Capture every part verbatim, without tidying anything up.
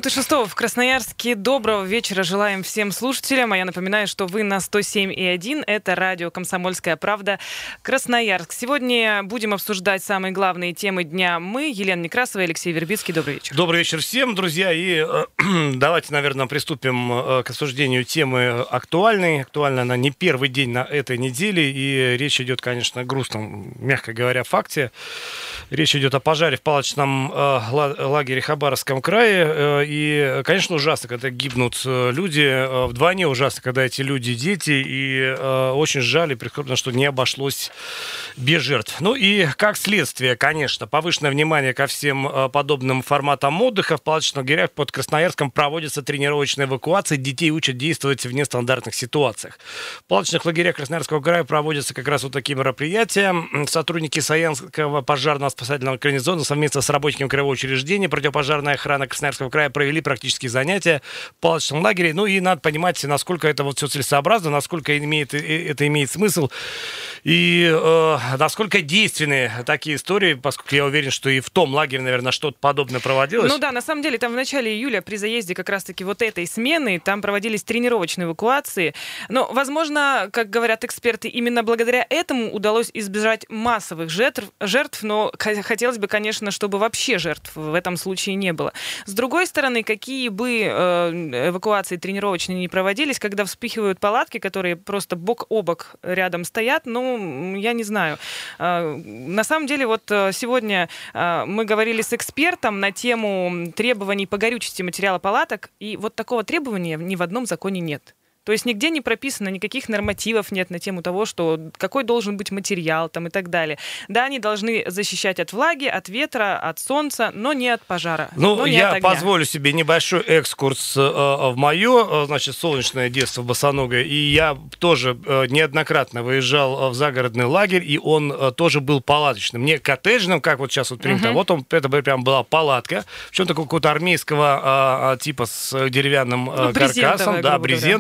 минуты шестого в Красноярске. Доброго вечера желаем всем слушателям. А я напоминаю, что вы на сто семь и один. Это радио «Комсомольская правда» Красноярск. Сегодня будем обсуждать самые главные темы дня. Мы, Елена Некрасова и Алексей Вербицкий. Добрый вечер. Добрый вечер всем, друзья. И э, давайте, наверное, приступим э, к обсуждению темы актуальной. Актуальна она не первый день на этой неделе. И речь идет, конечно, о грустном, мягко говоря, факте. Речь идет о пожаре в палаточном э, лагере Хабаровском крае. И, конечно, ужасно, когда гибнут люди. Вдвойне ужасно, когда эти люди дети. И очень жаль и прискорбно, что не обошлось без жертв. Ну и как следствие, конечно, повышенное внимание ко всем подобным форматам отдыха. В палаточных лагерях под Красноярском проводится тренировочная эвакуация. Детей учат действовать в нестандартных ситуациях. В палаточных лагерях Красноярского края проводятся как раз вот такие мероприятия. Сотрудники Саянского пожарно-спасательного гарнизона совместно с работниками краевого учреждения противопожарной охраны Красноярского края провели практические занятия в палаточном лагере. Ну и надо понимать, насколько это вот все целесообразно, насколько имеет, это имеет смысл и э, насколько действенны такие истории, поскольку я уверен, что и в том лагере, наверное, что-то подобное проводилось. Ну да, на самом деле там в начале июля при заезде как раз-таки вот этой смены там проводились тренировочные эвакуации. Но, возможно, как говорят эксперты, именно благодаря этому удалось избежать массовых жертв, жертв но хотелось бы, конечно, чтобы вообще жертв в этом случае не было. С другой стороны, какие бы э, эвакуации тренировочные не проводились, когда вспыхивают палатки, которые просто бок о бок рядом стоят, ну, я не знаю. Э, на самом деле, вот сегодня э, мы говорили с экспертом на тему требований по горючести материала палаток, и вот такого требования ни в одном законе нет. То есть нигде не прописано, никаких нормативов нет на тему того, что какой должен быть материал там, и так далее. Да, они должны защищать от влаги, от ветра, от солнца, но не от пожара. Ну, я позволю себе небольшой экскурс э, в мое, значит, солнечное детство босоногое. И я тоже э, неоднократно выезжал в загородный лагерь, и он э, тоже был палаточным. Не коттеджным, как вот сейчас вот принято. Uh-huh. Вот он, это прям была палатка, причем такого какого-то армейского э, типа с деревянным э, ну, каркасом. Да, брезент.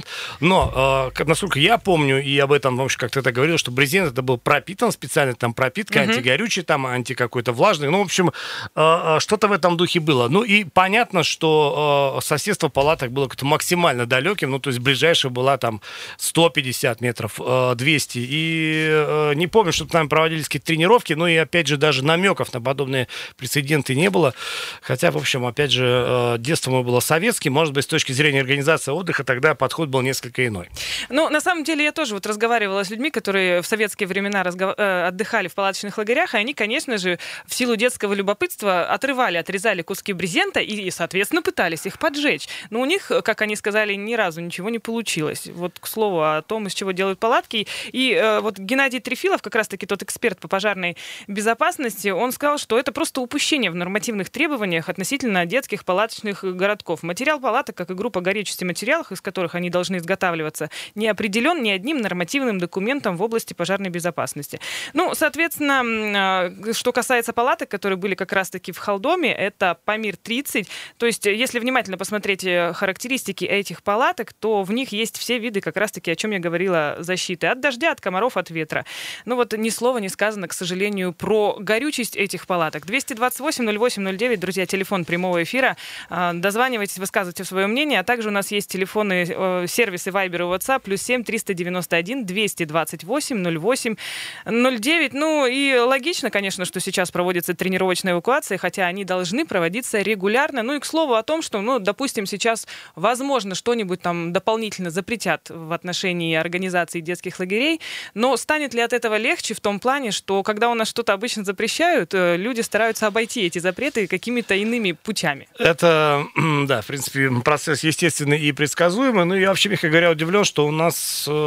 Но, э, насколько я помню, и об этом, в общем, как ты это говорил, что брезент это был пропитан, специально там пропитка, uh-huh. антигорючий, там, анти какой-то влажный. Ну, в общем, э, что-то в этом духе было. Ну, и понятно, что э, соседство палаток было как-то максимально далеким. Ну, то есть ближайшая была там сто пятьдесят метров, э, двести. И э, не помню, что там проводились какие-то тренировки, но и, опять же, даже намеков на подобные прецеденты не было. Хотя, в общем, опять же, э, детство мое было советским. Может быть, с точки зрения организации отдыха тогда подход был несколько иной. Ну, на самом деле, я тоже вот разговаривала с людьми, которые в советские времена разгов... отдыхали в палаточных лагерях, и они, конечно же, в силу детского любопытства отрывали, отрезали куски брезента и, соответственно, пытались их поджечь. Но у них, как они сказали, ни разу ничего не получилось. Вот, к слову, о том, из чего делают палатки. И э, вот Геннадий Трефилов, как раз-таки тот эксперт по пожарной безопасности, он сказал, что это просто упущение в нормативных требованиях относительно детских палаточных городков. Материал палаток, как и группа горючести материалов, из которых они должны изготавливаться, не определен ни одним нормативным документом в области пожарной безопасности. Ну, соответственно, что касается палаток, которые были как раз-таки в Халдоме, это Памир тридцать. То есть, если внимательно посмотреть характеристики этих палаток, то в них есть все виды, как раз-таки, о чем я говорила, защиты. От дождя, от комаров, от ветра. Ну вот ни слова не сказано, к сожалению, про горючесть этих палаток. двести двадцать восемь ноль восемь ноль девять, друзья, телефон прямого эфира. Дозванивайтесь, высказывайте свое мнение. А также у нас есть телефоны сервиса Вайбер и WhatsApp, плюс семь триста девяносто один двести двадцать восемь ноль восемь ноль девять. Ну и логично, конечно, что сейчас проводится тренировочная эвакуация, хотя они должны проводиться регулярно. Ну и к слову о том, что, ну, допустим, сейчас, возможно, что-нибудь там дополнительно запретят в отношении организации детских лагерей, но станет ли от этого легче в том плане, что когда у нас что-то обычно запрещают, люди стараются обойти эти запреты какими-то иными путями? Это, да, в принципе, процесс естественный и предсказуемый. Ну и вообще, мягко говоря, удивлен, что у нас э,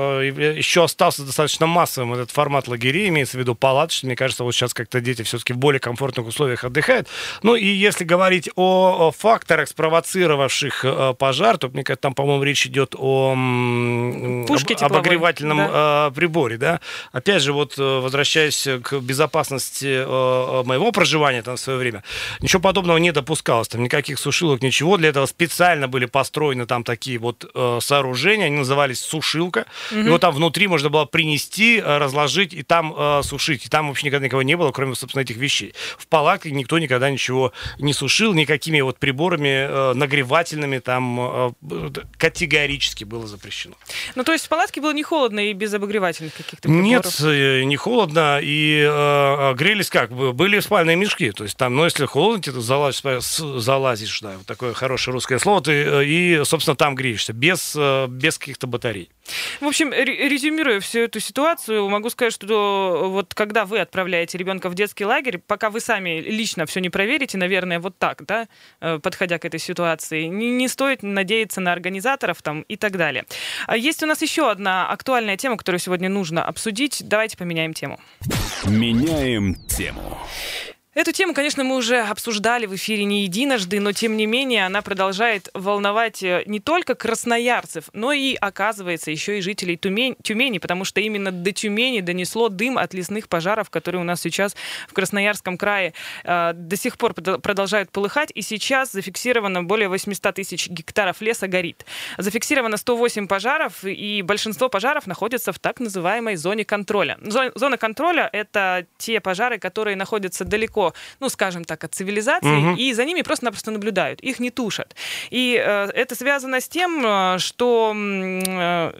еще остался достаточно массовым этот формат лагерей, имеется в виду палаточный. Мне кажется, вот сейчас как-то дети все-таки в более комфортных условиях отдыхают. Ну и если говорить о, о факторах, спровоцировавших э, пожар, то, мне кажется, там, по-моему, речь идет о м, об, обогревательном да. э, приборе. Да? Опять же, вот возвращаясь к безопасности э, моего проживания там в свое время, ничего подобного не допускалось. Там никаких сушилок, ничего. Для этого специально были построены там такие вот э, сооружения, они назывались сушилка. Угу. И вот там внутри можно было принести, разложить и там э, сушить. И там вообще никогда никого не было, кроме, собственно, этих вещей. В палатке никто никогда ничего не сушил, никакими вот приборами э, нагревательными там э, категорически было запрещено. Ну, то есть в палатке было не холодно и без обогревательных каких-то приборов? Нет, э, не холодно. И э, грелись как? Были спальные мешки. То есть там, ну, если холодно, ты залазишь, залазишь, да, вот такое хорошее русское слово, ты, и, собственно, там греешься, без, без каких-то батарей. В общем, резюмируя всю эту ситуацию, могу сказать, что вот когда вы отправляете ребенка в детский лагерь, пока вы сами лично все не проверите, наверное, вот так, да, подходя к этой ситуации, не, не стоит надеяться на организаторов там и так далее. Есть у нас еще одна актуальная тема, которую сегодня нужно обсудить. Давайте поменяем тему. Меняем тему. Эту тему, конечно, мы уже обсуждали в эфире не единожды, но, тем не менее, она продолжает волновать не только красноярцев, но и, оказывается, еще и жителей Тюмень, Тюмени, потому что именно до Тюмени донесло дым от лесных пожаров, которые у нас сейчас в Красноярском крае э, до сих пор продолжают полыхать, и сейчас зафиксировано более восемьсот тысяч гектаров леса горит. Зафиксировано сто восемь пожаров, и большинство пожаров находятся в так называемой зоне контроля. Зона контроля — это те пожары, которые находятся далеко, ну, скажем так, от цивилизации, угу. и за ними просто-напросто наблюдают, их не тушат. И э, это связано с тем, что э,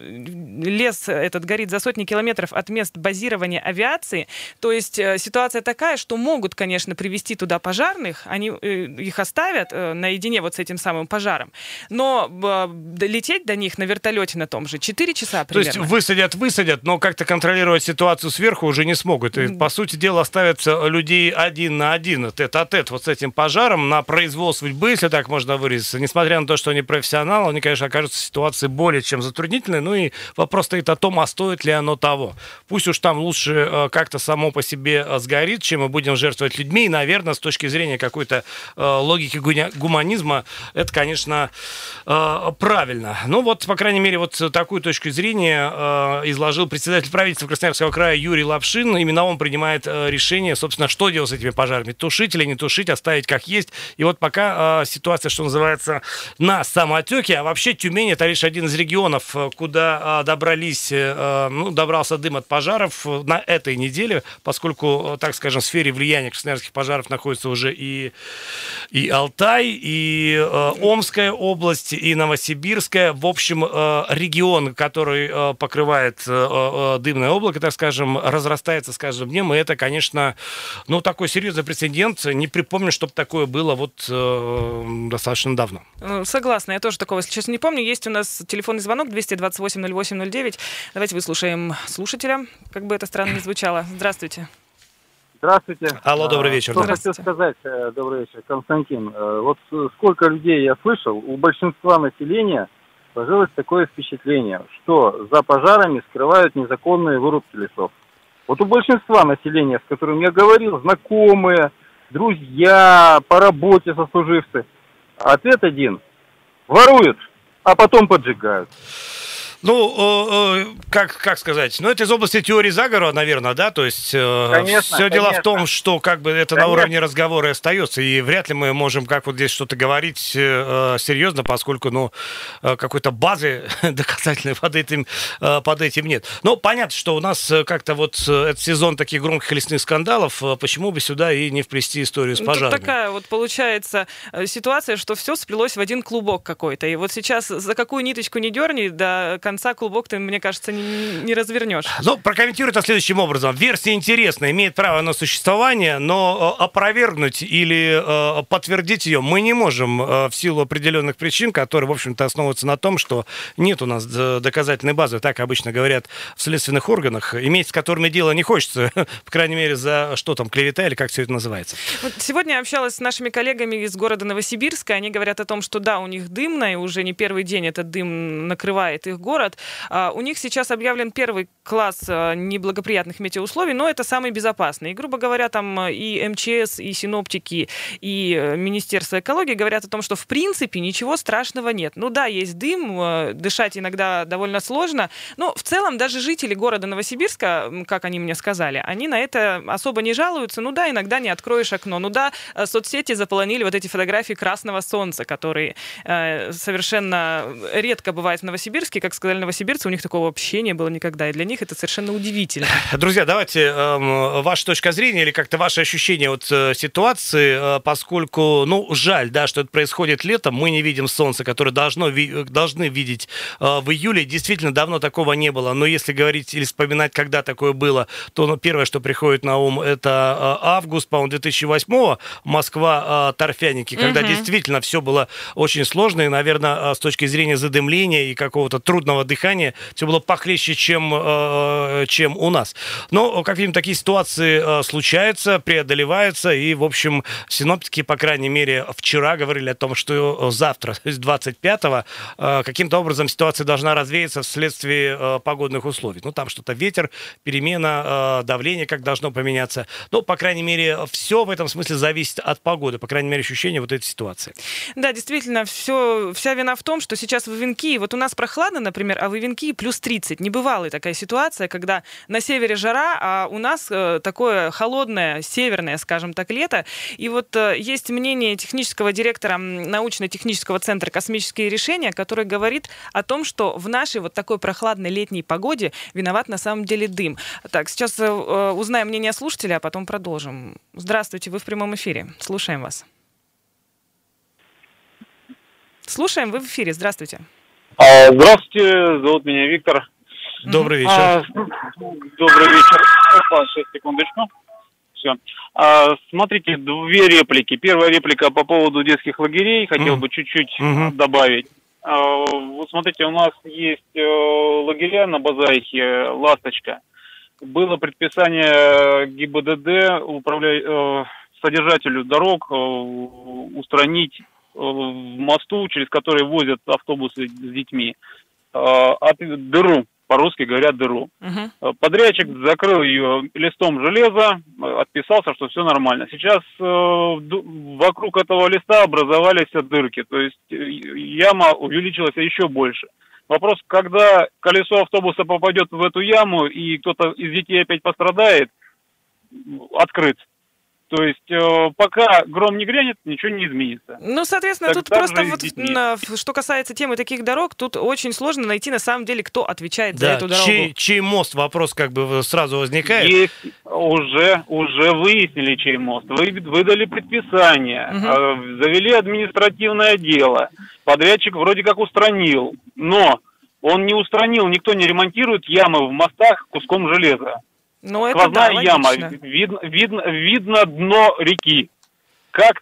лес этот горит за сотни километров от мест базирования авиации, то есть э, ситуация такая, что могут, конечно, привести туда пожарных, они э, их оставят э, наедине вот с этим самым пожаром, но э, лететь до них на вертолете на том же четыре часа примерно. То есть высадят, высадят, но как-то контролировать ситуацию сверху уже не смогут. И, по сути дела, оставят людей один на один, тет-а-тет вот с этим пожаром, на произвол судьбы, если так можно выразиться. Несмотря на то, что они профессионалы, они, конечно, окажутся в ситуации более чем затруднительной. Ну и вопрос стоит о том, а стоит ли оно того. Пусть уж там лучше э, как-то само по себе э, сгорит, чем мы будем жертвовать людьми. И, наверное, с точки зрения какой-то э, логики гуманизма, это, конечно, э, правильно. Ну вот, по крайней мере, вот такую точку зрения э, изложил председатель правительства Красноярского края Юрий Лапшин. Именно он принимает э, решение, собственно, что делать с этими пожарами. Тушить или не тушить, оставить как есть. И вот пока э, ситуация, что называется, на самотеке. А вообще Тюмень — это лишь один из регионов, куда э, добрались, э, ну, добрался дым от пожаров на этой неделе, поскольку, так скажем, в сфере влияния красноярских пожаров находится уже и, и Алтай, и э, Омская область, и Новосибирская. В общем, э, регион, который э, покрывает э, э, дымное облако, так скажем, разрастается с каждым днем. И это, конечно, ну, такой серьезный прецедент. Не припомню, чтобы такое было вот э, достаточно давно. Согласна, я тоже такого, если честно, не помню. Есть у нас телефонный звонок двести двадцать восемь ноль восемь ноль девять. Давайте выслушаем слушателя, как бы это странно ни звучало. Здравствуйте. Здравствуйте. Алло, добрый вечер. Что хочу сказать, добрый вечер, Константин. Вот сколько людей я слышал, у большинства населения сложилось такое впечатление, что за пожарами скрывают незаконные вырубки лесов. Вот у большинства населения, с которым я говорил, знакомые, друзья, по работе сослуживцы, ответ один. Воруют, а потом поджигают. Ну, э, э, как, как сказать, ну, это из области теории заговора, наверное, да, то есть э, конечно, все дело конечно. в том, что как бы это конечно. на уровне разговора и остается, и вряд ли мы можем как вот здесь что-то говорить э, серьезно, поскольку, ну, какой-то базы доказательной под этим, э, под этим нет. Но понятно, что у нас как-то вот этот сезон таких громких лесных скандалов, почему бы сюда и не вплести историю с пожарами. Тут такая вот получается ситуация, что все сплелось в один клубок какой-то, и вот сейчас за какую ниточку не дерни, да, конца клубок ты, мне кажется, не, не развернешь. Ну, прокомментирую это следующим образом. Версия интересная, имеет право на существование, но опровергнуть или э, подтвердить ее мы не можем э, в силу определенных причин, которые, в общем-то, основываются на том, что нет у нас доказательной базы, так обычно говорят в следственных органах, иметь с которыми дело не хочется, по крайней мере, за что там, клевета или как все это называется. Вот сегодня я общалась с нашими коллегами из города Новосибирска, они говорят о том, что да, у них дымно, и уже не первый день этот дым накрывает их город. город. У них сейчас объявлен первый класс неблагоприятных метеоусловий, но это самый безопасный. И, грубо говоря, там и эм че эс, и синоптики, и Министерство экологии говорят о том, что в принципе ничего страшного нет. Ну да, есть дым, дышать иногда довольно сложно, но в целом даже жители города Новосибирска, как они мне сказали, они на это особо не жалуются. Ну да, иногда не откроешь окно. Ну да, соцсети заполонили вот эти фотографии красного солнца, которые э, совершенно редко бывают в Новосибирске. Как сказали новосибирцы, у них такого вообще не было никогда. И для них это совершенно удивительно. Друзья, давайте э, ваша точка зрения или как-то ваше ощущение от э, ситуации, э, поскольку, ну, жаль, да, что это происходит летом, мы не видим солнца, которое должно, ви- должны видеть э, в июле. Действительно, давно такого не было. Но если говорить или вспоминать, когда такое было, то ну, первое, что приходит на ум, это э, август, по-моему, две тысячи восьмого, Москва, э, Торфяники, когда угу. действительно все было очень сложно, и, наверное, с точки зрения задымления и какого-то трудного дыхания, все было похлеще, чем, э, чем у нас. Но, как видим, такие ситуации э, случаются, преодолеваются, и, в общем, синоптики, по крайней мере, вчера говорили о том, что завтра, то есть двадцать пятого, э, каким-то образом ситуация должна развеяться вследствие э, погодных условий. Ну, там что-то ветер, перемена, э, давление как должно поменяться. Ну, по крайней мере, все в этом смысле зависит от погоды, по крайней мере, ощущение вот этой ситуации. Да, действительно, все, вся вина в том, что сейчас в Ивенкии, вот у нас прохладно, например, а в Ивенкии плюс тридцать. Небывалая такая ситуация, когда на севере жара, а у нас э, такое холодное, северное, скажем так, лето. И вот э, есть мнение технического директора научно-технического центра «Космические решения», который говорит о том, что в нашей вот такой прохладной летней погоде виноват на самом деле дым. Так, сейчас э, узнаем мнение слушателя, а потом продолжим. Здравствуйте, вы в прямом эфире. Слушаем вас. Слушаем, вы в эфире. Здравствуйте. Здравствуйте, зовут меня Виктор. Добрый вечер. А, добрый вечер. Опа, сейчас, секундочку. Все. А, смотрите, две реплики. Первая реплика по поводу детских лагерей. Хотел mm. бы чуть-чуть mm-hmm. добавить. А, вот смотрите, у нас есть э, лагеря на Базаихе, «Ласточка». Было предписание ГИБДД управля... э, содержателю дорог э, устранить в мосту, через который возят автобусы с детьми, от дыру, по-русски говорят дыру. Uh-huh. Подрядчик закрыл ее листом железа, отписался, что все нормально. Сейчас вокруг этого листа образовались дырки, то есть яма увеличилась еще больше. Вопрос, когда колесо автобуса попадет в эту яму и кто-то из детей опять пострадает, открыт. То есть э, пока гром не грянет, ничего не изменится. Ну, соответственно, так, тут просто вот, на, что касается темы таких дорог, тут очень сложно найти на самом деле, кто отвечает да, за эту дорогу. Чей, чей мост, вопрос как бы сразу возникает. Есть, уже, уже выяснили, чей мост. Вы, выдали предписание, угу. э, завели административное дело. Подрядчик вроде как устранил, но он не устранил, никто не ремонтирует ямы в мостах куском железа. Ну, это сквозная да, яма, логично. видно, видно, видно дно реки. Как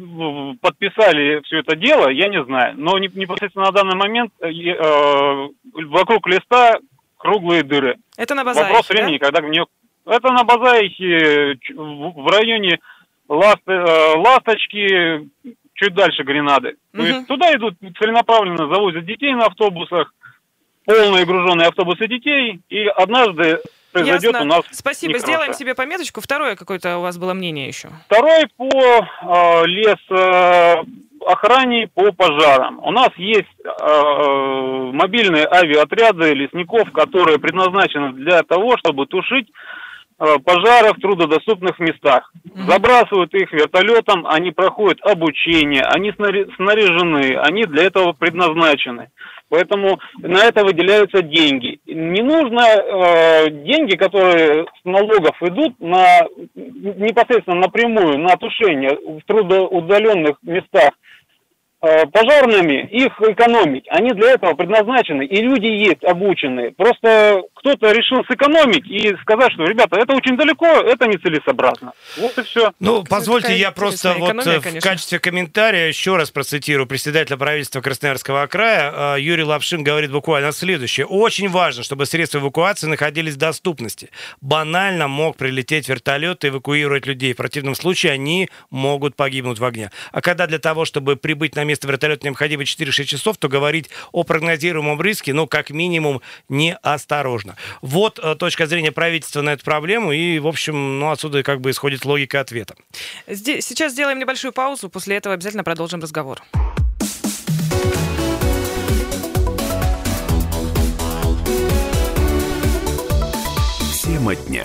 подписали все это дело, я не знаю. Но непосредственно на данный момент э, э, вокруг листа круглые дыры. Это на Базаихе, вопрос времени, да? Когда в нее... Это на Базаихе, в районе Ласт... Ласточки, чуть дальше Гренады. Угу. То есть туда идут целенаправленно, завозят детей на автобусах, полные груженные автобусы детей, и однажды произойдет Ясно. У нас Спасибо, нехорошее. Сделаем себе пометочку. Второе какое-то у вас было мнение еще. Второй по э, лес э, охране по пожарам. У нас есть э, мобильные авиаотряды лесников, которые предназначены для того, чтобы тушить э, пожары в труднодоступных местах. Mm-hmm. Забрасывают их вертолетом, они проходят обучение, они снаряжены, они для этого предназначены. Поэтому на это выделяются деньги. Не нужно э, деньги, которые с налогов идут на, непосредственно напрямую на тушение в трудоудаленных местах э, пожарными, их экономить. Они для этого предназначены, и люди есть обученные. Просто кто-то решил сэкономить и сказать, что, ребята, это очень далеко, это нецелесообразно. Вот и все. Ну, позвольте, я просто вот экономия, в конечно. качестве комментария еще раз процитирую председателя правительства Красноярского края. Юрий Лапшин говорит буквально следующее. Очень важно, чтобы средства эвакуации находились в доступности. Банально мог прилететь вертолет и эвакуировать людей. В противном случае они могут погибнуть в огне. А когда для того, чтобы прибыть на место вертолета, необходимо четыре-шесть часов, то говорить о прогнозируемом риске, ну, как минимум, неосторожно. Вот э, точка зрения правительства на эту проблему, и, в общем, ну, отсюда как бы исходит логика ответа. Здесь, сейчас сделаем небольшую паузу, после этого обязательно продолжим разговор. Тема дня.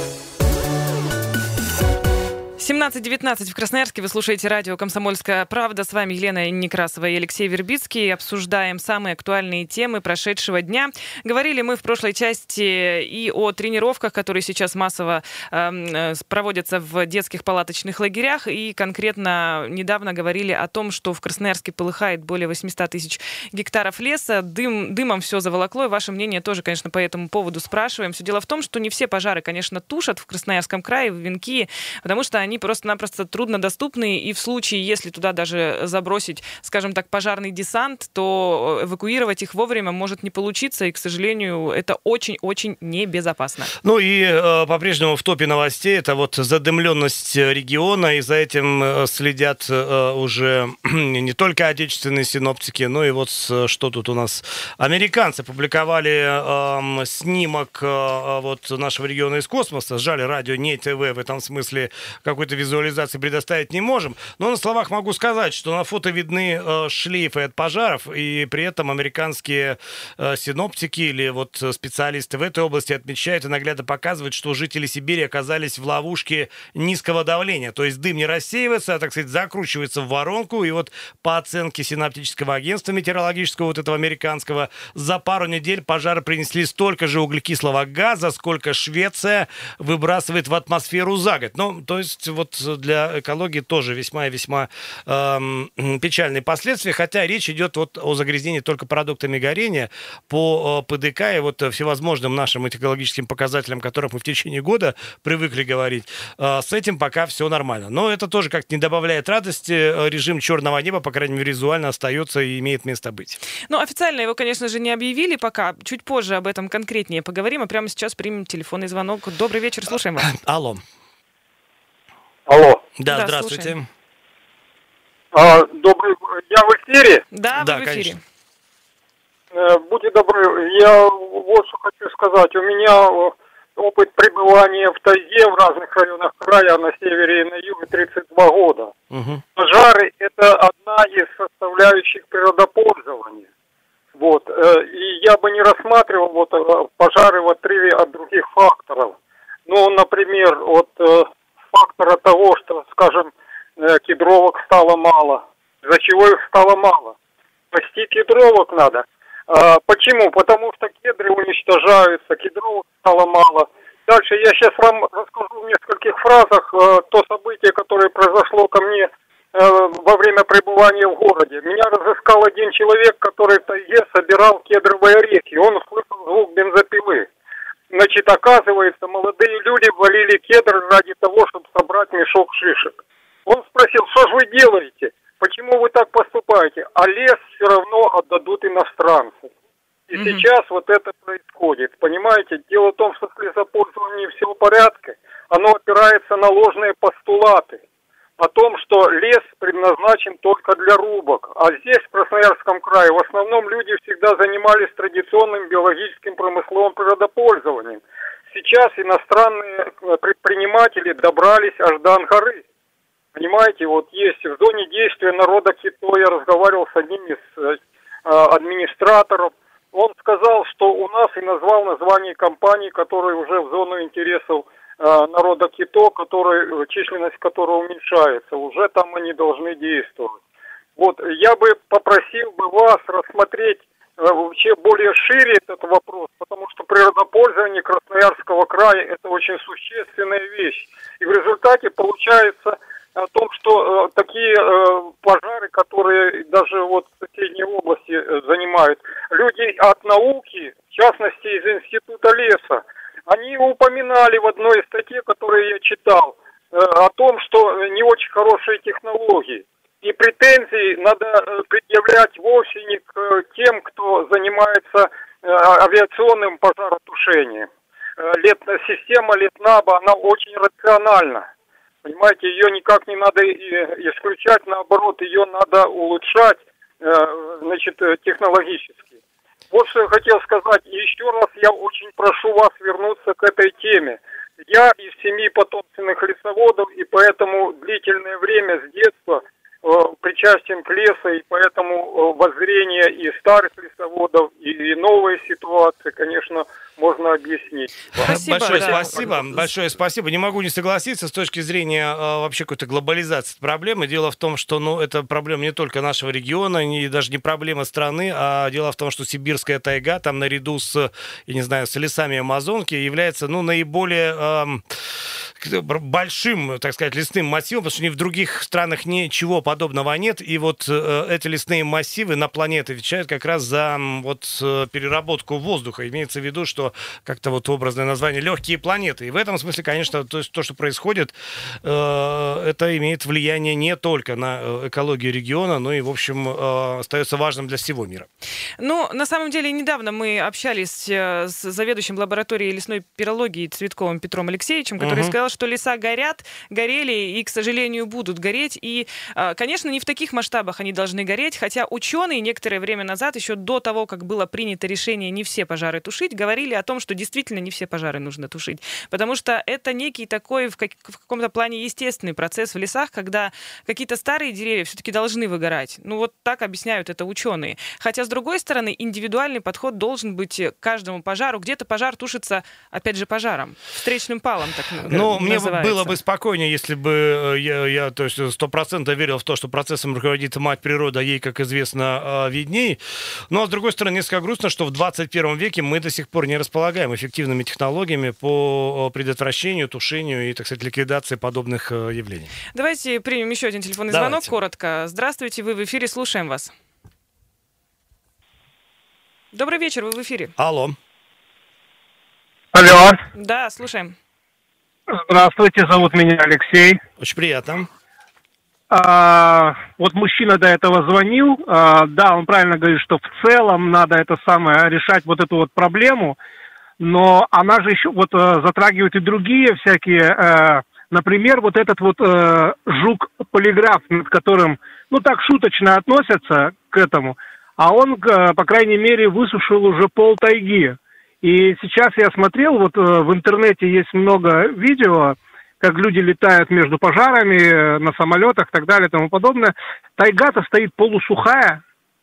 семнадцать девятнадцать в Красноярске. Вы слушаете радио «Комсомольская правда». С вами Елена Некрасова и Алексей Вербицкий. Обсуждаем самые актуальные темы прошедшего дня. Говорили мы в прошлой части и о тренировках, которые сейчас массово э, проводятся в детских палаточных лагерях. И конкретно недавно говорили о том, что в Красноярске полыхает более восемьсот тысяч гектаров леса. Дым, дымом все заволокло. И ваше мнение тоже, конечно, по этому поводу спрашиваем. Все дело в том, что не все пожары, конечно, тушат в Красноярском крае, в Венкии, потому что они просто-напросто труднодоступные, и в случае, если туда даже забросить, скажем так, пожарный десант, то эвакуировать их вовремя может не получиться, и, к сожалению, это очень-очень небезопасно. Ну и э, по-прежнему в топе новостей это вот задымленность региона, и за этим э, следят э, уже не только отечественные синоптики, но и вот с, что тут у нас американцы публиковали э, снимок э, вот нашего региона из космоса. Жаль, радио не ТВ в этом смысле какой-то визуализации предоставить не можем, но на словах могу сказать, что на фото видны э, шлейфы от пожаров, и при этом американские э, синоптики или вот специалисты в этой области отмечают и наглядно показывают, что жители Сибири оказались в ловушке низкого давления, то есть дым не рассеивается, а, так сказать, закручивается в воронку, и вот по оценке синоптического агентства метеорологического, вот этого американского, за пару недель пожары принесли столько же углекислого газа, сколько Швеция выбрасывает в атмосферу за год. Ну, то есть вот для экологии тоже весьма и весьма э, печальные последствия, хотя речь идет вот о загрязнении только продуктами горения по э, ПДК и вот всевозможным нашим экологическим показателям, о которых мы в течение года привыкли говорить. Э, с этим пока все нормально. Но это тоже как-то не добавляет радости. Режим черного неба, по крайней мере, визуально остается и имеет место быть. Ну, официально его, конечно же, не объявили пока. Чуть позже об этом конкретнее поговорим, а прямо сейчас примем телефонный звонок. Добрый вечер, слушаем вас. Алло. Алло. Да, Да, здравствуйте. слушаем. А, добрый, я в эфире? Да, Да, вы в эфире. конечно. Э, будьте добры, я вот что хочу сказать. У меня э, опыт пребывания в тайге в разных районах края, на севере и на юге, тридцать два года. Угу. Пожары – это одна из составляющих природопользования. Вот. э, И я бы не рассматривал вот э, пожары в отрыве от других факторов. Ну, например, от э, фактора того, что, скажем, э, кедровок стало мало. Из-за чего их стало мало? Спасти кедровок надо. А, почему? Потому что кедры уничтожаются, кедровок стало мало. Дальше я сейчас вам расскажу в нескольких фразах э, то событие, которое произошло ко мне э, во время пребывания в городе. Меня разыскал один человек, который в тайге собирал кедровые орехи. Он услышал звук бензопилы. Значит, оказывается, молодые люди валили кедр ради того, чтобы собрать мешок шишек. Он спросил, что же вы делаете? Почему вы так поступаете? А лес все равно отдадут иностранцы. И mm-hmm. сейчас вот это происходит. Понимаете, дело в том, что с лесопользованием все в порядке. Оно опирается на ложные постулаты о том, что лес предназначен только для рубок. А здесь, в Красноярском крае, в основном люди всегда занимались традиционным биологическим промысловым природопользованием. Сейчас иностранные предприниматели добрались аж до Анкары. Понимаете, вот есть в зоне действия народа Кито, я разговаривал с одним из э, администраторов. Он сказал, что у нас, и назвал название компании, которые уже в зону интересов э, народа Кито, который, численность которой уменьшается. Уже там они должны действовать. Вот, я бы попросил бы вас рассмотреть э, вообще более шире этот вопрос, потому что природопользование Красноярского края – это очень существенная вещь. И в результате получается о том, что э, такие э, пожары, которые даже вот в соседней области э, занимают, люди от науки в частности из Института леса. Они упоминали в одной из статей, которую я читал, о том, что не очень хорошие технологии. И претензии надо предъявлять вовсе не к тем, кто занимается авиационным пожаротушением. Лет, система Летнаба, она очень рациональна. Понимаете, ее никак не надо исключать, наоборот, ее надо улучшать, значит, технологически. Вот что я хотел сказать. Еще раз я очень прошу вас вернуться к этой теме. Я из семьи потомственных лесоводов, и поэтому длительное время с детства э, причастен к лесу, и поэтому э, воззрение и старых лесоводов, и, и новые ситуации, конечно, можно объяснить. Спасибо, большое да. спасибо, большое спасибо. Не могу не согласиться с точки зрения э, вообще какой-то глобализации проблемы. Дело в том, что ну, это проблема не только нашего региона, не, даже не проблема страны, а дело в том, что сибирская тайга, там наряду с, я не знаю, с лесами Амазонки является ну, наиболее э, большим, так сказать, лесным массивом, потому что ни в других странах ничего подобного нет. И вот э, эти лесные массивы на планете отвечают как раз за вот, переработку воздуха. Имеется в виду, что как-то вот образное название «легкие планеты». И в этом смысле, конечно, то, то что происходит, э, это имеет влияние не только на экологию региона, но и, в общем, э, остается важным для всего мира. Ну, на самом деле, недавно мы общались с заведующим лабораторией лесной пирологии Цветковым Петром Алексеевичем, который uh-huh. сказал, что леса горят, горели и, к сожалению, будут гореть. И, конечно, не в таких масштабах они должны гореть, хотя ученые некоторое время назад, еще до того, как было принято решение не все пожары тушить, говорили о том, что действительно не все пожары нужно тушить. Потому что это некий такой в, как, в каком-то плане естественный процесс в лесах, когда какие-то старые деревья все-таки должны выгорать. Ну вот так объясняют это ученые. Хотя, с другой стороны, индивидуальный подход должен быть к каждому пожару. Где-то пожар тушится, опять же, пожаром. Встречным палом, так Ну, называется. Мне было бы спокойнее, если бы я, я то есть, сто процентов верил в то, что процессом руководит мать природа, ей, как известно, видней. Но, с другой стороны, несколько грустно, что в двадцать первом веке мы до сих пор не располагаем эффективными технологиями по предотвращению, тушению и, так сказать, ликвидации подобных явлений. Давайте примем еще один телефонный Давайте. звонок коротко. Здравствуйте, вы в эфире, слушаем вас. Добрый вечер, вы в эфире. Алло. Алло. Да, слушаем. Здравствуйте, зовут меня Алексей. Очень приятно. А, вот мужчина до этого звонил. А, да, он правильно говорит, что в целом надо это самое решать вот эту вот проблему, но она же еще вот затрагивает и другие всякие, э, например, вот этот вот э, жук-полиграф, над которым, ну так шуточно относятся к этому, а он, по крайней мере, высушил уже пол тайги. И сейчас я смотрел, вот в интернете есть много видео, как люди летают между пожарами, на самолетах и так далее и тому подобное. Тайга-то стоит полусухая,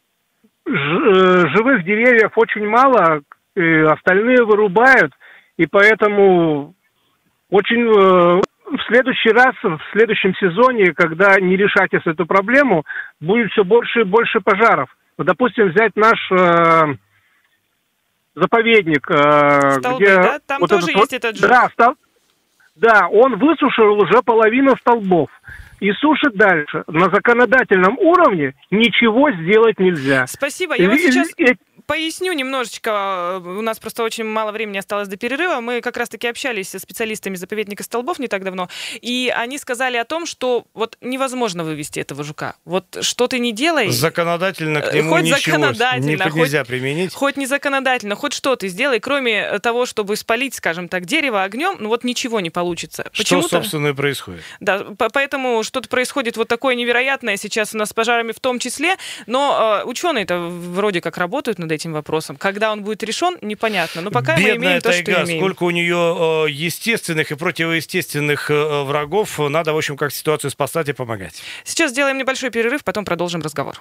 живых деревьев очень мало, остальные вырубают, и поэтому очень в следующий раз, в следующем сезоне, когда не решать эту проблему, будет все больше и больше пожаров. Допустим, взять наш э, заповедник, э, Столбы, где... да? Там вот тоже этот, есть этот жук. Да, стол... да, он высушил уже половину столбов и сушит дальше. На законодательном уровне ничего сделать нельзя. Спасибо. Я и, вот сейчас... И, поясню немножечко. У нас просто очень мало времени осталось до перерыва. Мы как раз-таки общались со специалистами заповедника Столбов не так давно, и они сказали о том, что вот невозможно вывести этого жука. Вот что ты не делай... Законодательно к нему хоть ничего законодательно, не, хоть, нельзя применить. Хоть не законодательно, хоть что ты сделай, кроме того, чтобы спалить, скажем так, дерево огнем, ну вот ничего не получится. Что, Почему-то... собственно, и происходит. Да, поэтому что-то происходит вот такое невероятное сейчас у нас с пожарами в том числе, но э, ученые-то вроде как работают над этим вопросом. Когда он будет решен, непонятно. Но пока Бедная мы имеем то, тайга, что имеем. Сколько у нее э, естественных и противоестественных э, врагов, надо, в общем, как ситуацию спасать и помогать. Сейчас сделаем небольшой перерыв, потом продолжим разговор.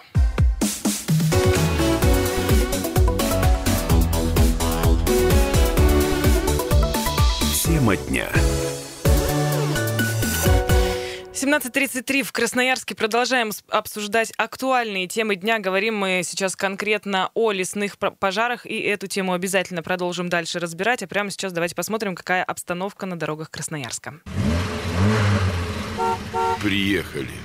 Тема дня. семнадцать тридцать три в Красноярске. Продолжаем обсуждать актуальные темы дня. Говорим мы сейчас конкретно о лесных пожарах, и эту тему обязательно продолжим дальше разбирать. А прямо сейчас давайте посмотрим, какая обстановка на дорогах Красноярска. Приехали.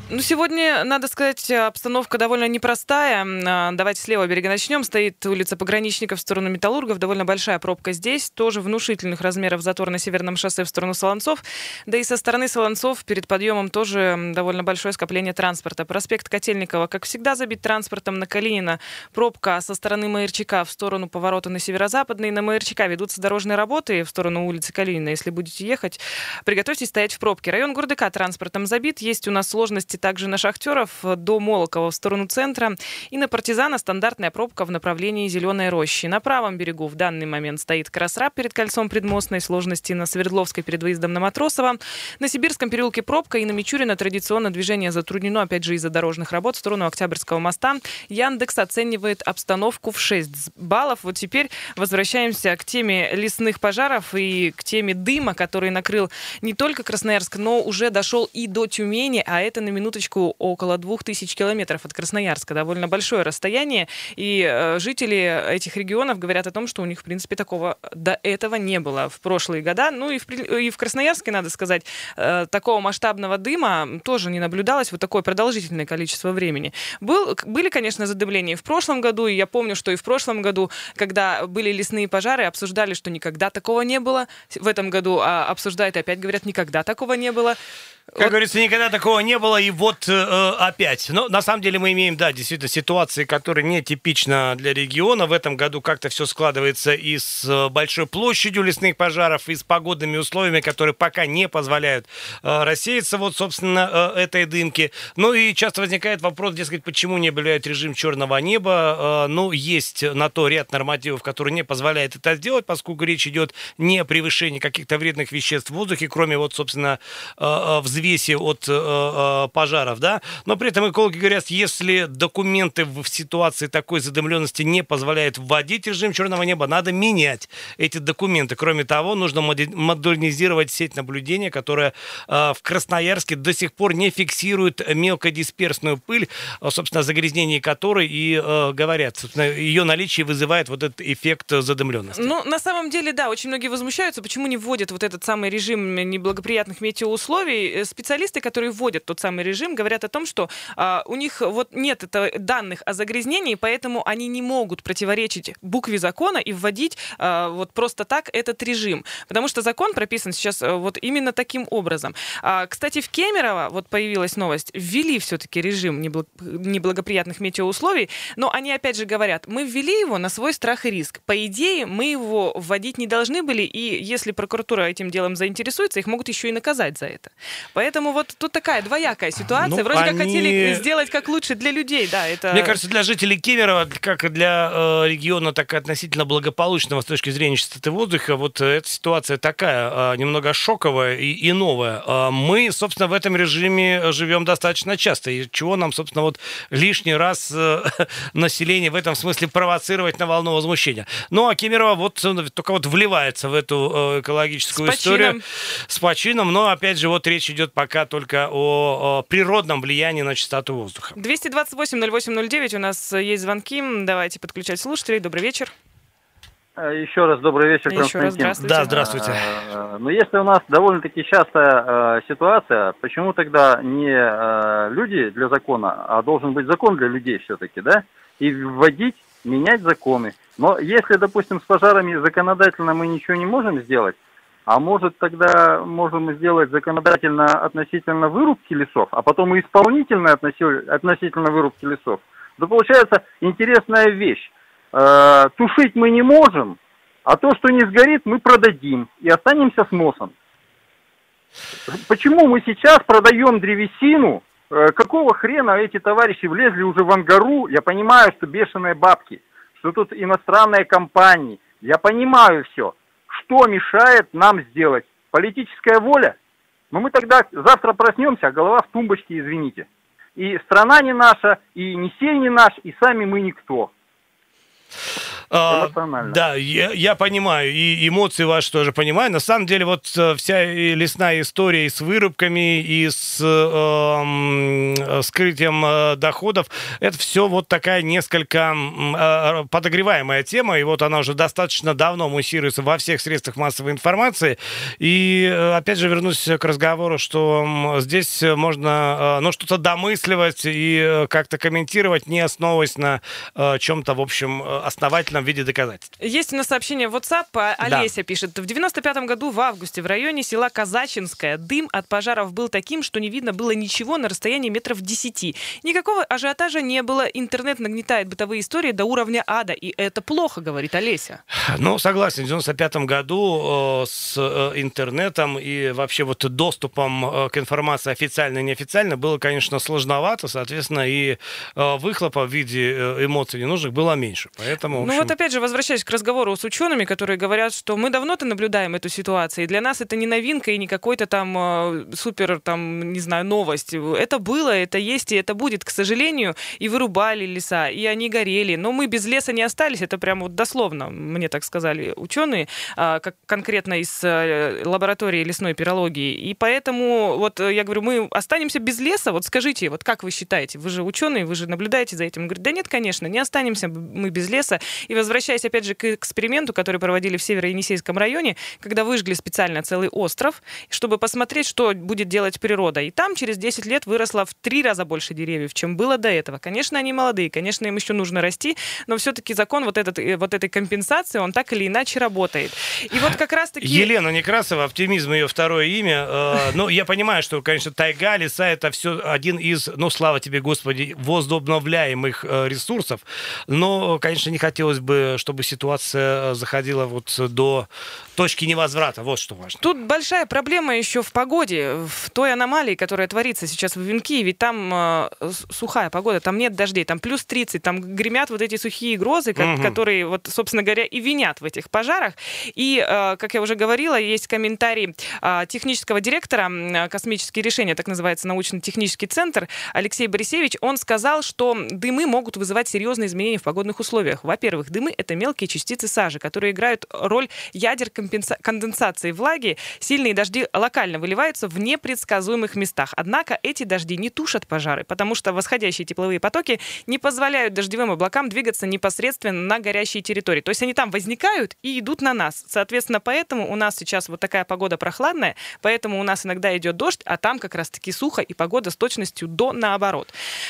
Ну, сегодня, надо сказать, обстановка довольно непростая. Давайте с левого берега начнем. Стоит улица Пограничников в сторону Металлургов. Довольно большая пробка здесь. Тоже внушительных размеров затор на Северном шоссе в сторону Солонцов. Да и со стороны Солонцов перед подъемом тоже довольно большое скопление транспорта. Проспект Котельникова, как всегда, забит транспортом. На Калинина пробка со стороны Маярчика в сторону поворота на Северо-Западный. На Маярчика ведутся дорожные работы в сторону улицы Калинина. Если будете ехать, приготовьтесь стоять в пробке. Район Гурдыка транспортом забит. Есть у нас сложности также на Шахтеров до Молокова в сторону центра. И на Партизана стандартная пробка в направлении Зеленой Рощи. На правом берегу в данный момент стоит Красраб перед кольцом Предмостной, сложности на Свердловской перед выездом на Матросово. На Сибирском переулке пробка и на Мичурина традиционно движение затруднено, опять же, из-за дорожных работ в сторону Октябрьского моста. Яндекс оценивает обстановку в шесть баллов. Вот теперь возвращаемся к теме лесных пожаров и к теме дыма, который накрыл не только Красноярск, но уже дошел и до Тюмени, а это на минуточку около двух тысяч километров от Красноярска. Довольно большое расстояние. И э, жители этих регионов говорят о том, что у них, в принципе, такого до этого не было в прошлые года. Ну и в, и в Красноярске, надо сказать, э, такого масштабного дыма тоже не наблюдалось вот такое продолжительное количество времени. Был, были, конечно, задымления и в прошлом году. И я помню, что и в прошлом году, когда были лесные пожары, обсуждали, что никогда такого не было. В этом году а, обсуждают и опять говорят, никогда такого не было. Как вот. Говорится, никогда такого не было, и вот э, опять. Но на самом деле мы имеем, да, действительно, ситуации, которые не типичны для региона. В этом году как-то все складывается и с большой площадью лесных пожаров, и с погодными условиями, которые пока не позволяют э, рассеяться, вот, собственно, э, этой дымки. Ну и часто возникает вопрос, дескать, почему не объявляют режим черного неба. Э, ну, есть на то ряд нормативов, которые не позволяют это сделать, поскольку речь идет не о превышении каких-то вредных веществ в воздухе, кроме, вот, собственно, э, взвеси от э, э, пожаров, да, но при этом экологи говорят, если документы в ситуации такой задымленности не позволяют вводить режим черного неба, надо менять эти документы. Кроме того, нужно модернизировать сеть наблюдения, которая э, в Красноярске до сих пор не фиксирует мелкодисперсную пыль, собственно, загрязнение которой и э, говорят, собственно, ее наличие вызывает вот этот эффект задымленности. Ну, на самом деле, да, очень многие возмущаются, почему не вводят вот этот самый режим неблагоприятных метеоусловий. Специалисты, которые вводят тот самый режим, говорят о том, что а, у них вот нет это, данных о загрязнении, поэтому они не могут противоречить букве закона и вводить а, вот просто так этот режим. Потому что закон прописан сейчас а, вот именно таким образом. А, кстати, в Кемерово вот появилась новость, ввели все-таки режим неблаг... неблагоприятных метеоусловий, но они опять же говорят, мы ввели его на свой страх и риск. По идее, мы его вводить не должны были, и если прокуратура этим делом заинтересуется, их могут еще и наказать за это. Поэтому вот тут такая двоякая ситуация. Ну, Вроде они... как хотели сделать как лучше для людей, да. Это... Мне кажется, для жителей Кемерово, как и для э, региона так относительно благополучного с точки зрения чистоты воздуха, вот эта ситуация такая, э, немного шоковая и, и новая. Э, мы, собственно, в этом режиме живем достаточно часто. И чего нам, собственно, вот лишний раз э, население в этом смысле провоцировать на волну возмущения. Ну, а Кемерово вот только вот вливается в эту э, экологическую с историю. Почином. С почином. Но, опять же, вот речь идет пока только о, о природном влиянии на чистоту воздуха. двести двадцать восемь ноль восемь ноль девять, у нас есть звонки, давайте подключать слушателей. Добрый вечер. Еще раз добрый вечер, Еще раз здравствуйте. Да, здравствуйте. Но если у нас довольно-таки частая ситуация, почему тогда не люди для закона, а должен быть закон для людей все-таки, да? И вводить, менять законы. Но если, допустим, с пожарами законодательно мы ничего не можем сделать, а может тогда можем сделать законодательно относительно вырубки лесов, а потом и исполнительно относительно вырубки лесов, то получается интересная вещь. Э, тушить мы не можем, а то, что не сгорит, мы продадим и останемся с носом. Почему мы сейчас продаем древесину? Э, какого хрена эти товарищи влезли уже в Ангару? Я понимаю, что бешеные бабки, что тут иностранные компании. Я понимаю все. Что мешает нам сделать? Политическая воля? Но мы тогда завтра проснемся, а голова в тумбочке, извините. И страна не наша, и не сей не наш, и сами мы никто. эмоционально. А, да, я, я понимаю, и эмоции ваши тоже понимаю. На самом деле, вот вся лесная история и с вырубками, и с э, скрытием э, доходов, это все вот такая несколько э, подогреваемая тема, и вот она уже достаточно давно муссируется во всех средствах массовой информации. И, э, опять же, вернусь к разговору, что э, здесь можно э, ну, что-то домысливать и как-то комментировать, не основываясь на э, чем-то, в общем, основательном в виде доказательств. Есть у нас сообщение в WhatsApp. Олеся да. пишет. В девяносто пятом году в августе в районе села Казачинское дым от пожаров был таким, что не видно было ничего на расстоянии метров десяти. Никакого ажиотажа не было. Интернет нагнетает бытовые истории до уровня ада. И это плохо, говорит Олеся. Ну, согласен. В девяносто пятом году э, с э, интернетом и вообще вот доступом э, к информации официально и неофициально было, конечно, сложновато. Соответственно, и э, выхлопа в виде э, эмоций ненужных было меньше. Поэтому, в общем... Ну вот опять же, возвращаясь к разговору с учеными, которые говорят, что мы давно-то наблюдаем эту ситуацию, и для нас это не новинка и не какой-то там э, супер, там, не знаю, новость. Это было, это есть и это будет, к сожалению, и вырубали леса, и они горели. Но мы без леса не остались, это прямо вот дословно, мне так сказали ученые, э, как конкретно из э, лаборатории лесной пирологии. И поэтому, вот я говорю, мы останемся без леса, вот скажите, вот как вы считаете, вы же ученые, вы же наблюдаете за этим. Он говорит, да нет, конечно, не останемся мы без леса. И возвращаясь опять же к эксперименту, который проводили в Северо-Енисейском районе, когда выжгли специально целый остров, чтобы посмотреть, что будет делать природа. И там через десять лет выросло в три раза больше деревьев, чем было до этого. Конечно, они молодые, конечно, им еще нужно расти, но все-таки закон вот, этот, вот этой компенсации, он так или иначе работает. И вот как раз-таки... Елена Некрасова, оптимизм ее второе имя. Ну, я понимаю, что, конечно, тайга, леса — это все один из, ну, слава тебе, Господи, возобновляемых ресурсов. Но, конечно, не хотелось бы, чтобы ситуация заходила вот до точки невозврата. Вот что важно. Тут большая проблема еще в погоде, в той аномалии, которая творится сейчас в Ивенки. Ведь там э, сухая погода, там нет дождей, там плюс тридцать, там гремят вот эти сухие грозы, как, угу. которые, вот, собственно говоря, и винят в этих пожарах. И, э, как я уже говорила, есть комментарий э, технического директора э, «Космические решения», так называется научно-технический центр, Алексей Борисевич. Он сказал, что дымы могут вызывать серьезные изменения в погодных условиях. Во-первых, дымы — это мелкие частицы сажи, которые играют роль ядер компенса... конденсации влаги. Сильные дожди локально выливаются в непредсказуемых местах. Однако эти дожди не тушат пожары, потому что восходящие тепловые потоки не позволяют дождевым облакам двигаться непосредственно на горящие территории. То есть они там возникают и идут на нас. Соответственно, поэтому у нас сейчас вот такая погода прохладная, поэтому у нас иногда идет дождь, а там как раз-таки сухо и погода с точностью до наоборот.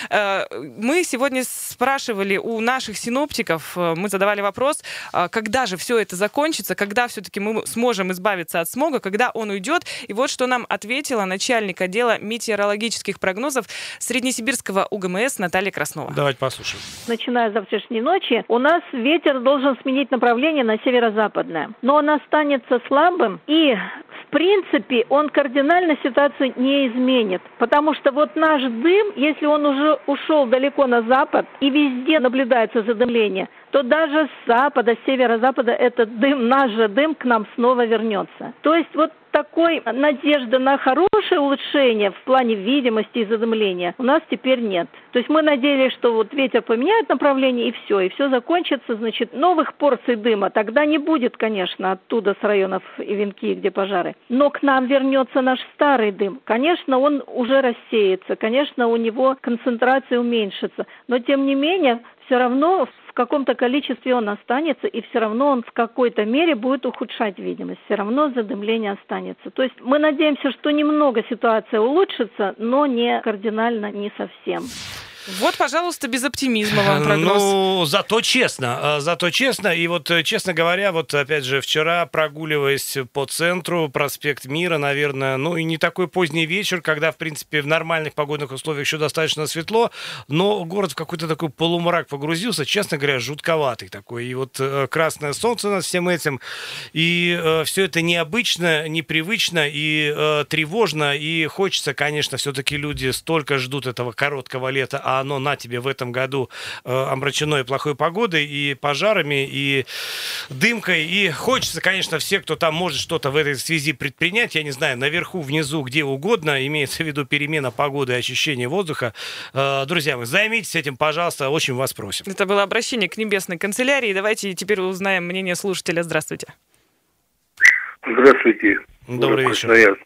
Мы сегодня спрашивали у наших синоптиков, мы задавали вопрос, когда же все это закончится, когда все-таки мы сможем избавиться от смога, когда он уйдет. И вот что нам ответила начальник отдела метеорологических прогнозов Среднесибирского УГМС Наталья Краснова. Давайте послушаем. Начиная с завтрашней ночи у нас ветер должен сменить направление на северо-западное. Но он останется слабым, и в принципе он кардинально ситуацию не изменит. Потому что вот наш дым, если он уже ушел далеко на запад и везде наблюдается задымление, то даже с запада, с северо-запада этот дым, наш же дым к нам снова вернется. То есть вот такой надежды на хорошее улучшение в плане видимости и задымления у нас теперь нет. То есть мы надеялись, что вот ветер поменяет направление и все, и все закончится, значит, новых порций дыма тогда не будет, конечно, оттуда с районов Ивенки, где пожары. Но к нам вернется наш старый дым. Конечно, он уже рассеется, конечно, у него концентрация уменьшится, но тем не менее все равно в каком-то количестве он останется, и все равно он в какой-то мере будет ухудшать видимость. Все равно задымление останется. То есть мы надеемся, что немного ситуация улучшится, но не кардинально, не совсем. Вот, пожалуйста, без оптимизма вам прогноз. Ну, зато честно, зато честно. И вот, честно говоря, вот опять же, вчера, прогуливаясь по центру, проспект Мира, наверное, ну и не такой поздний вечер, когда, в принципе, в нормальных погодных условиях еще достаточно светло, но город в какой-то такой полумрак погрузился, честно говоря, жутковатый такой. И вот красное солнце над всем этим, и э, все это необычно, непривычно и э, тревожно, и хочется, конечно, все-таки люди столько ждут этого короткого лета, а оно на тебе в этом году э, омрачено и плохой погодой, и пожарами, и дымкой. И хочется, конечно, все, кто там может что-то в этой связи предпринять, я не знаю, наверху, внизу, где угодно, имеется в виду перемена погоды и ощущение воздуха. Э, друзья мои, займитесь этим, пожалуйста, очень вас просим. Это было обращение к небесной канцелярии. Давайте теперь узнаем мнение слушателя. Здравствуйте. Здравствуйте. Добрый вечер. Красноярск.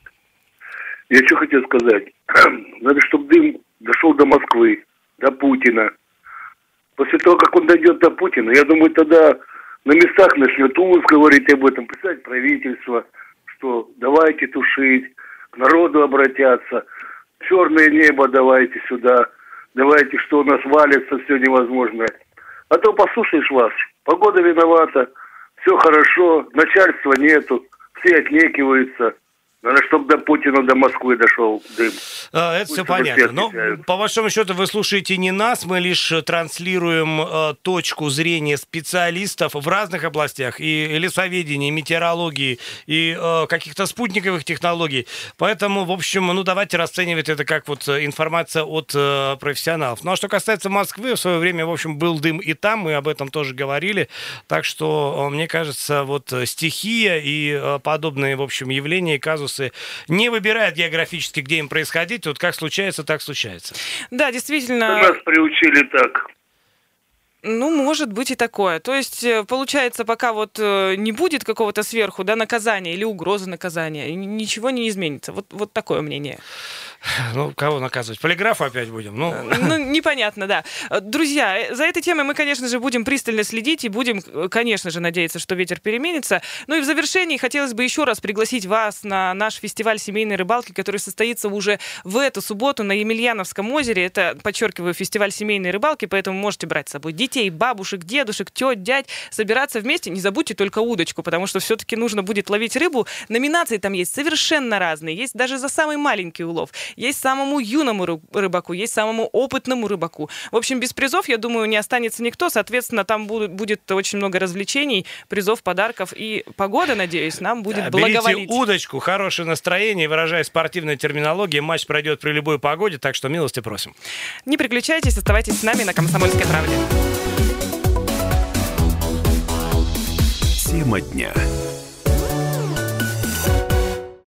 Я что хотел сказать. Надо, чтобы дым дошел до Москвы, до Путина. После того, как он дойдет до Путина, я думаю, тогда на местах начнет УЗ говорить об этом, писать правительство, что давайте тушить, к народу обратятся, черное небо давайте сюда, давайте, что у нас валится, все невозможное. А то послушаешь вас, погода виновата, все хорошо, начальства нету, все отнекиваются. Надо, чтобы до Путина, до Москвы дошел дым. А, это Пусть все понятно. Но, по большому счету, вы слушаете не нас, мы лишь транслируем э, точку зрения специалистов в разных областях, и лесоведения, и метеорологии, и э, каких-то спутниковых технологий. Поэтому, в общем, ну, давайте расценивать это как вот информация от э, профессионалов. Ну, а что касается Москвы, в свое время, в общем, был дым и там, мы об этом тоже говорили. Так что, мне кажется, вот стихия и э, подобные, в общем, явления и казусы не выбирают географически, где им происходить. Вот как случается, так случается. Да, действительно. Нас приучили так. Ну, может быть и такое. То есть, получается, пока вот не будет какого-то сверху, да, наказания или угрозы наказания, ничего не изменится. Вот, вот такое мнение. Ну, кого наказывать? Полиграфу опять будем? Ну... ну, непонятно, да. Друзья, за этой темой мы, конечно же, будем пристально следить и будем, конечно же, надеяться, что ветер переменится. Ну и в завершении хотелось бы еще раз пригласить вас на наш фестиваль семейной рыбалки, который состоится уже в эту субботу на Емельяновском озере. Это, подчеркиваю, фестиваль семейной рыбалки, поэтому можете брать с собой детей, бабушек, дедушек, тет, дядь, собираться вместе. Не забудьте только удочку, потому что все-таки нужно будет ловить рыбу. Номинации там есть совершенно разные. Есть даже за самый маленький улов. Есть самому юному рыбаку, есть самому опытному рыбаку. В общем, без призов, я думаю, не останется никто. Соответственно, там будет, будет очень много развлечений, призов, подарков. И погода, надеюсь, нам будет да, благоволить. Берите удочку, хорошее настроение. Выражая спортивной терминологией, матч пройдет при любой погоде, так что милости просим. Не переключайтесь, оставайтесь с нами на «Комсомольской правде». Тема дня.